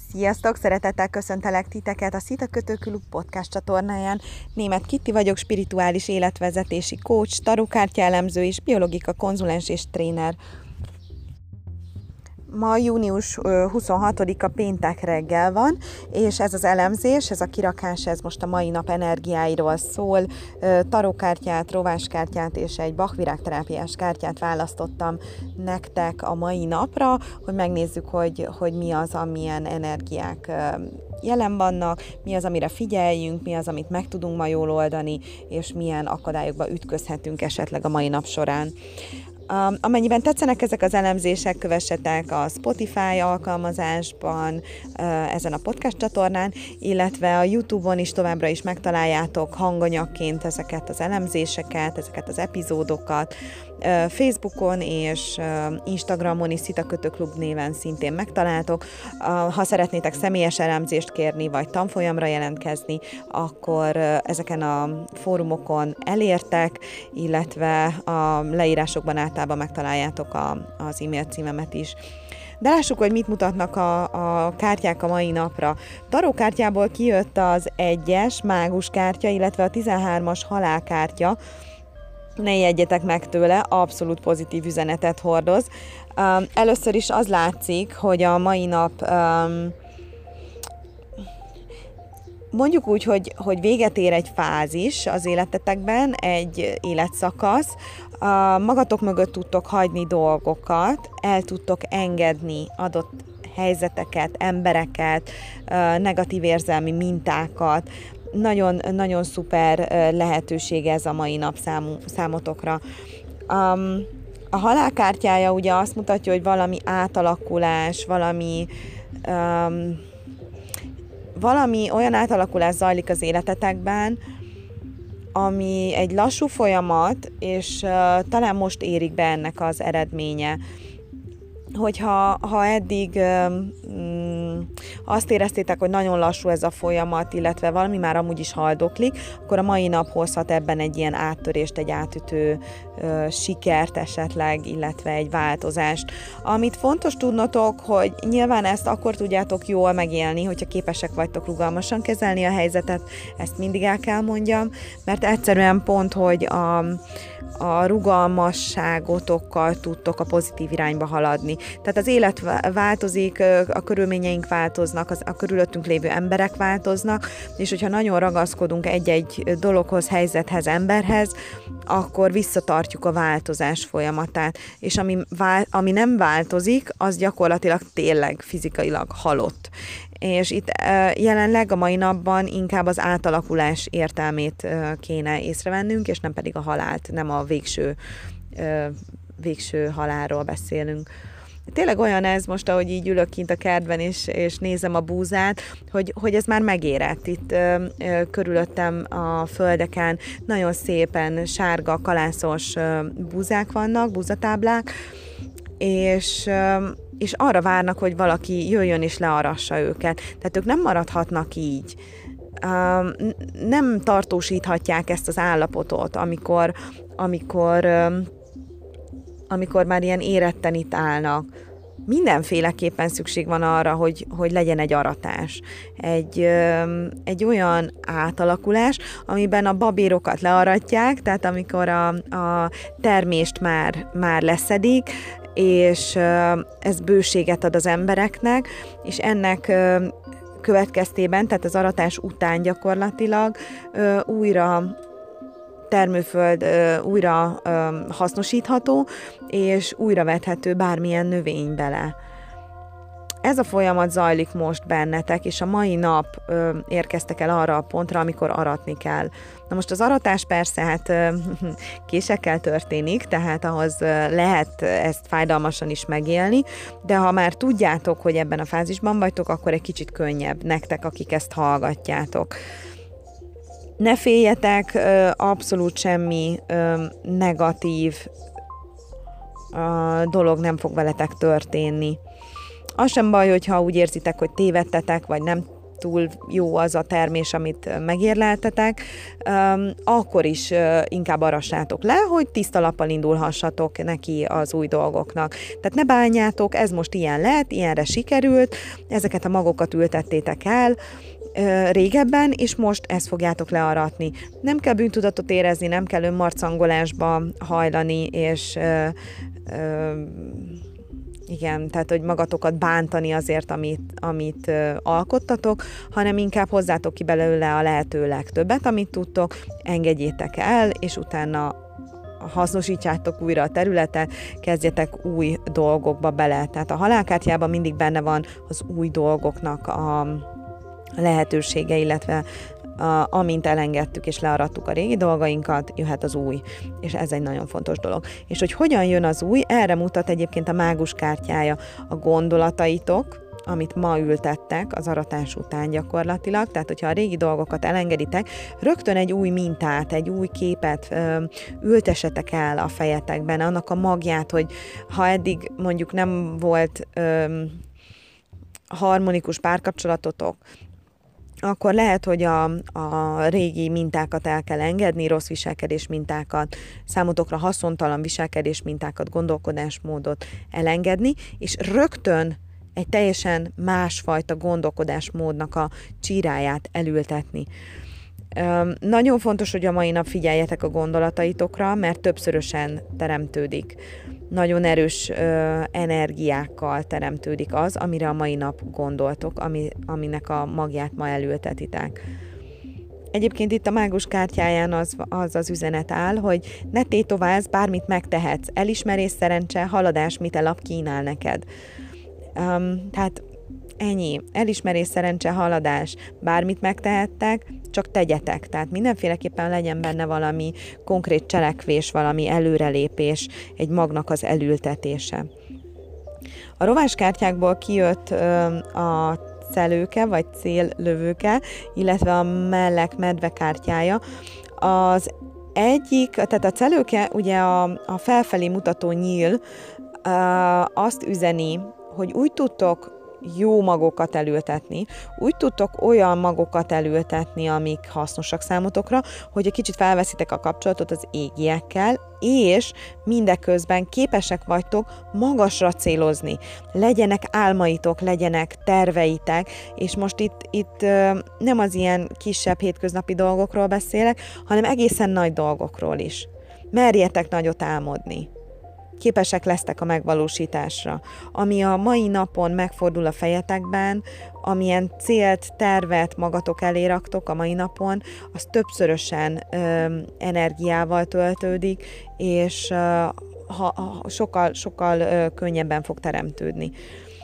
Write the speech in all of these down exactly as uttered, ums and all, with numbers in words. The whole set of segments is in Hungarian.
Sziasztok! Szeretettel köszöntelek titeket a Szita Kötő Klub podcast csatornáján. Németh Kitti vagyok, spirituális életvezetési coach, tarókártya elemző és biológika konzulens és tréner. Ma június huszonhatodika péntek reggel van, és ez az elemzés, ez a kirakás, ez most a mai nap energiáiról szól. Tarókártyát, rováskártyát és egy bachvirágterápiás kártyát választottam nektek a mai napra, hogy megnézzük, hogy, hogy mi az, amilyen energiák jelen vannak, mi az, amire figyeljünk, mi az, amit meg tudunk ma jól oldani, és milyen akadályokba ütközhetünk esetleg a mai nap során. Um, amennyiben tetszenek ezek az elemzések, kövessetek a Spotify alkalmazásban, uh, ezen a podcast csatornán, illetve a YouTube-on is továbbra is megtaláljátok hanganyagként ezeket az elemzéseket, ezeket az epizódokat. Uh, Facebookon és uh, Instagramon is Szita Kötő Klub néven szintén megtaláltok. Uh, ha szeretnétek személyes elemzést kérni, vagy tanfolyamra jelentkezni, akkor uh, ezeken a fórumokon elértek, illetve a leírásokban általában megtaláljátok a, az e-mail címemet is. De lássuk, hogy mit mutatnak a, a kártyák a mai napra. Tarókártyából kijött az egyes mágus kártya, illetve a tizenhármas halálkártya. Ne ijedjetek meg tőle, abszolút pozitív üzenetet hordoz. Um, először is az látszik, hogy a mai nap um, mondjuk úgy, hogy, hogy véget ér egy fázis az életetekben, egy életszakasz, magatok mögött tudtok hagyni dolgokat, el tudtok engedni adott helyzeteket, embereket, negatív érzelmi mintákat. Nagyon, nagyon szuper lehetőség ez a mai nap számú, számotokra. Um, a halálkártyája ugye azt mutatja, hogy valami átalakulás, valami... Um, valami olyan átalakulás zajlik az életetekben, ami egy lassú folyamat, és uh, talán most érik be ennek az eredménye. Hogyha ha eddig um, azt éreztétek, hogy nagyon lassú ez a folyamat, illetve valami már amúgy is haldoklik, akkor a mai nap hozhat ebben egy ilyen áttörést, egy átütő uh, sikert esetleg, illetve egy változást. Amit fontos tudnotok, hogy nyilván ezt akkor tudjátok jól megélni, hogyha képesek vagytok rugalmasan kezelni a helyzetet, ezt mindig el kell mondjam, mert egyszerűen pont, hogy a, a rugalmasságotokkal tudtok a pozitív irányba haladni. Tehát az élet változik, a körülményeink változnak, az, a körülöttünk lévő emberek változnak, és hogyha nagyon ragaszkodunk egy-egy dologhoz, helyzethez, emberhez, akkor visszatartjuk a változás folyamatát. És ami, vál, ami nem változik, az gyakorlatilag tényleg fizikailag halott. És itt jelenleg a mai napban inkább az átalakulás értelmét kéne észrevennünk, és nem pedig a halált, nem a végső, végső halálról beszélünk. Tényleg olyan ez most, ahogy így ülök kint a kertben, és, és nézem a búzát, hogy, hogy ez már megérett. Itt ö, ö, körülöttem a földeken nagyon szépen sárga, kalászos ö, búzák vannak, búzatáblák, és... Ö, és arra várnak, hogy valaki jöjjön és learassa őket. Tehát ők nem maradhatnak így. Nem tartósíthatják ezt az állapotot, amikor, amikor, amikor már ilyen éretten itt állnak. Mindenféleképpen szükség van arra, hogy, hogy legyen egy aratás. Egy, egy olyan átalakulás, amiben a babérokat learatják, tehát amikor a, a termést már, már leszedik, és ez bőséget ad az embereknek, és ennek következtében, tehát az aratás után gyakorlatilag újra termőföld újra hasznosítható, és újra vethető bármilyen növény bele. Ez a folyamat zajlik most bennetek, és a mai nap ö, érkeztek el arra a pontra, amikor aratni kell. Na most az aratás persze hát ö, késekkel történik, tehát ahhoz ö, lehet ezt fájdalmasan is megélni, de ha már tudjátok, hogy ebben a fázisban vagytok, akkor egy kicsit könnyebb nektek, akik ezt hallgatjátok. Ne féljetek, ö, abszolút semmi ö, negatív ö, dolog nem fog veletek történni. Az sem baj, hogyha úgy érzitek, hogy tévedtetek, vagy nem túl jó az a termés, amit megérleltetek, akkor is inkább arassátok le, hogy tiszta lappal indulhassatok neki az új dolgoknak. Tehát ne bánjátok, ez most ilyen lett, ilyenre sikerült, ezeket a magokat ültettétek el régebben, és most ezt fogjátok learatni. Nem kell bűntudatot érezni, nem kell önmarcangolásba hajlani, és ö, ö, igen, tehát, hogy magatokat bántani azért, amit, amit ö, alkottatok, hanem inkább hozzátok ki belőle a lehető legtöbbet, amit tudtok, engedjétek el, és utána hasznosítjátok újra a területet, kezdjetek új dolgokba bele. Tehát a halálkártyában mindig benne van az új dolgoknak a lehetősége, illetve a, amint elengedtük és learadtuk a régi dolgainkat, jöhet az új, és ez egy nagyon fontos dolog. És hogy hogyan jön az új, erre mutat egyébként a mágus kártyája. A gondolataitok, amit ma ültettek az aratás után gyakorlatilag, tehát hogyha a régi dolgokat elengeditek, rögtön egy új mintát, egy új képet ö, ültessetek el a fejetekben, annak a magját, hogy ha eddig mondjuk nem volt ö, harmonikus párkapcsolatotok, akkor lehet, hogy a, a régi mintákat el kell engedni, rossz viselkedés mintákat, számotokra haszontalan viselkedés mintákat, gondolkodásmódot elengedni, és rögtön egy teljesen másfajta gondolkodásmódnak a csíráját elültetni. Üm, nagyon fontos, hogy a mai nap figyeljetek a gondolataitokra, mert többszörösen teremtődik. Nagyon erős ö, energiákkal teremtődik az, amire a mai nap gondoltok, ami, aminek a magját ma elültetitek. Egyébként itt a mágus kártyáján az, az az üzenet áll, hogy ne tétovázz, bármit megtehetsz, elismerés, szerencse, haladás, mit a lap kínál neked. Um, tehát ennyi, elismerés, szerencse, haladás, bármit megtehettek, csak tegyetek. Tehát mindenféleképpen legyen benne valami konkrét cselekvés, valami előrelépés, egy magnak az elültetése. A rováskártyákból kijött ö, a celőke, vagy céllövőke, illetve a mellek medve kártyája. Az egyik, tehát a celőke, ugye a, a felfelé mutató nyíl, ö, azt üzeni, hogy úgy tudtok jó magokat elültetni, úgy tudtok olyan magokat elültetni, amik hasznosak számotokra, hogy egy kicsit felveszitek a kapcsolatot az égiekkel, és mindeközben képesek vagytok magasra célozni. Legyenek álmaitok, legyenek terveitek, és most itt, itt nem az ilyen kisebb hétköznapi dolgokról beszélek, hanem egészen nagy dolgokról is. Merjetek nagyot álmodni. Képesek lesztek a megvalósításra. Ami a mai napon megfordul a fejetekben, amilyen célt, tervet magatok elé raktok a mai napon, az többszörösen ö, energiával töltődik, és ö, ha, ha, sokkal, sokkal ö, könnyebben fog teremtődni.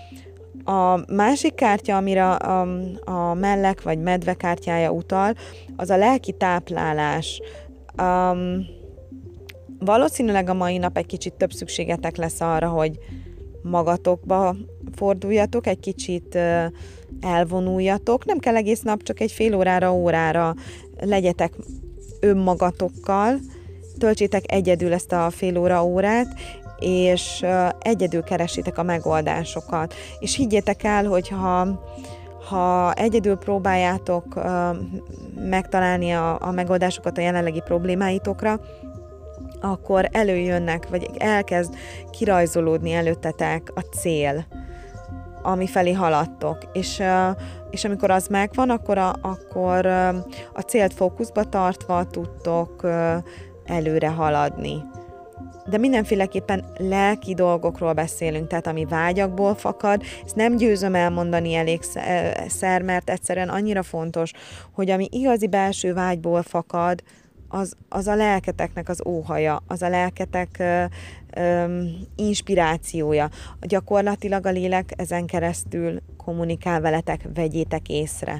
A másik kártya, amire a, a mellek vagy medve kártyája utal, az a lelki táplálás. Um, Valószínűleg a mai nap egy kicsit több szükségetek lesz arra, hogy magatokba forduljatok, egy kicsit elvonuljatok. Nem kell egész nap, csak egy fél órára, órára legyetek önmagatokkal, töltsétek egyedül ezt a fél óra, órát, és egyedül keresitek a megoldásokat. És higgyétek el, hogy ha, ha egyedül próbáljátok megtalálni a, a megoldásokat a jelenlegi problémáitokra, akkor előjönnek, vagy elkezd kirajzolódni előttetek a cél, ami felé haladtok. És, és amikor az megvan, akkor a, akkor a célt fókuszba tartva tudtok előre haladni. De mindenféleképpen lelki dolgokról beszélünk, tehát ami vágyakból fakad, ezt nem győzöm elmondani elégszer, mert egyszerűen annyira fontos, hogy ami igazi belső vágyból fakad, Az, az a lelketeknek az óhaja, az a lelketek ö, ö, inspirációja. Gyakorlatilag a lélek ezen keresztül kommunikál veletek, vegyétek észre.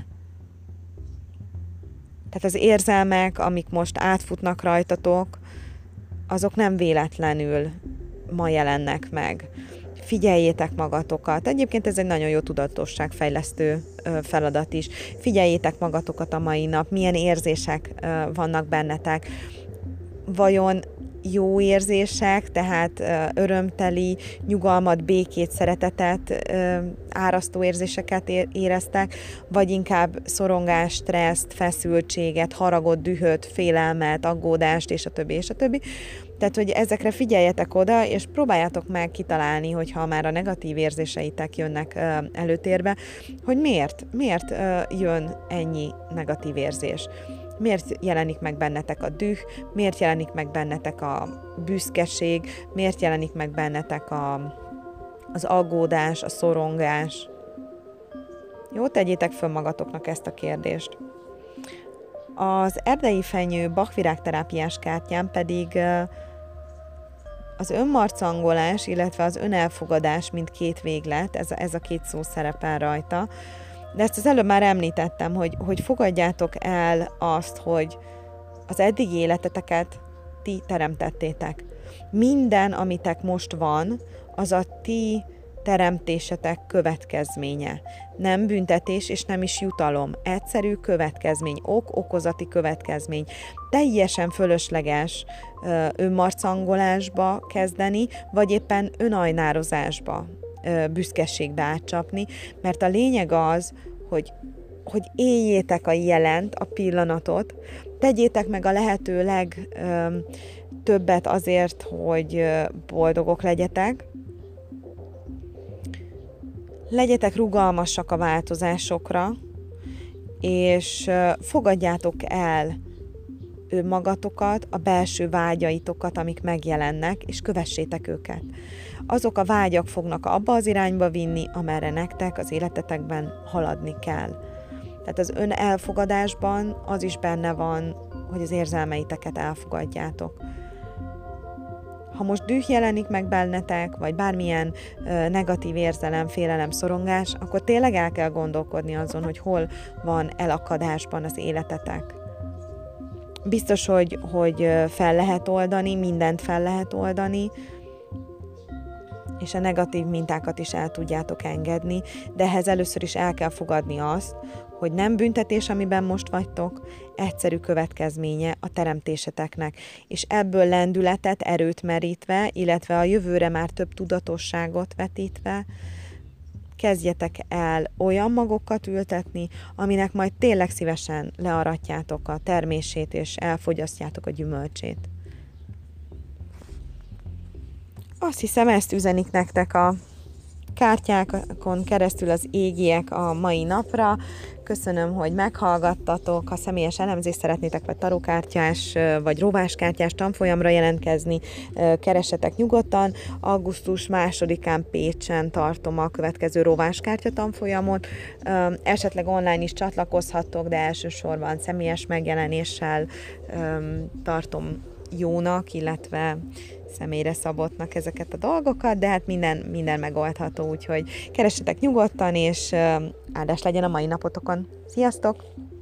Tehát az érzelmek, amik most átfutnak rajtatok, azok nem véletlenül ma jelennek meg. Figyeljétek magatokat. Egyébként ez egy nagyon jó tudatosságfejlesztő feladat is. Figyeljétek magatokat a mai nap, milyen érzések vannak bennetek. Vajon jó érzések, tehát örömteli, nyugalmat, békét, szeretetet, árasztó érzéseket éreztek, vagy inkább szorongást, stresszt, feszültséget, haragot, dühöt, félelmet, aggódást, és a többi, és a többi. Tehát, hogy ezekre figyeljetek oda, és próbáljátok meg kitalálni, hogyha már a negatív érzéseitek jönnek előtérbe, hogy miért, miért jön ennyi negatív érzés. Miért jelenik meg bennetek a düh, miért jelenik meg bennetek a büszkeség, miért jelenik meg bennetek a, az aggódás, a szorongás. Jó, tegyétek föl magatoknak ezt a kérdést. Az erdei fenyő bachvirágterápiás kártyán pedig az önmarcangolás, illetve az önelfogadás, mint két véglet, ez a, ez a két szó szerepel rajta. De ezt az előbb már említettem, hogy, hogy fogadjátok el azt, hogy az eddigi életeteket ti teremtettétek. Minden, amitek most van, az a ti teremtésetek következménye. Nem büntetés és nem is jutalom. Egyszerű következmény, ok-okozati következmény. Teljesen fölösleges önmarcangolásba kezdeni, vagy éppen önajnározásba, büszkeségbe átcsapni, mert a lényeg az, hogy, hogy éljétek a jelent, a pillanatot, tegyétek meg a lehető legtöbbet azért, hogy boldogok legyetek, legyetek rugalmasak a változásokra, és fogadjátok el önmagatokat, a belső vágyaitokat, amik megjelennek, és kövessétek őket. Azok a vágyak fognak abba az irányba vinni, amerre nektek az életetekben haladni kell. Tehát az ön elfogadásban az is benne van, hogy az érzelmeiteket elfogadjátok. Ha most düh jelenik meg bennetek, vagy bármilyen ö, negatív érzelem, félelem, szorongás, akkor tényleg el kell gondolkodni azon, hogy hol van elakadásban az életetek. Biztos, hogy, hogy fel lehet oldani, mindent fel lehet oldani, és a negatív mintákat is el tudjátok engedni, de ehhez először is el kell fogadni azt, hogy nem büntetés, amiben most vagytok, egyszerű következménye a teremtéseteknek, és ebből lendületet, erőt merítve, illetve a jövőre már több tudatosságot vetítve, kezdjetek el olyan magokat ültetni, aminek majd tényleg szívesen learatjátok a termését, és elfogyasztjátok a gyümölcsét. Azt hiszem, ezt üzenik nektek a kártyákon keresztül az égiek a mai napra. Köszönöm, hogy meghallgattatok. Ha személyes elemzést szeretnétek, vagy tarókártyás, vagy rováskártyás tanfolyamra jelentkezni, keressetek nyugodtan. augusztus másodikán Pécsen tartom a következő rováskártya tanfolyamot. Esetleg online is csatlakozhattok, de elsősorban személyes megjelenéssel tartom jónak, illetve személyre szabottnak ezeket a dolgokat, de hát minden, minden megoldható, úgyhogy keressetek nyugodtan, és áldás legyen a mai napotokon. Sziasztok!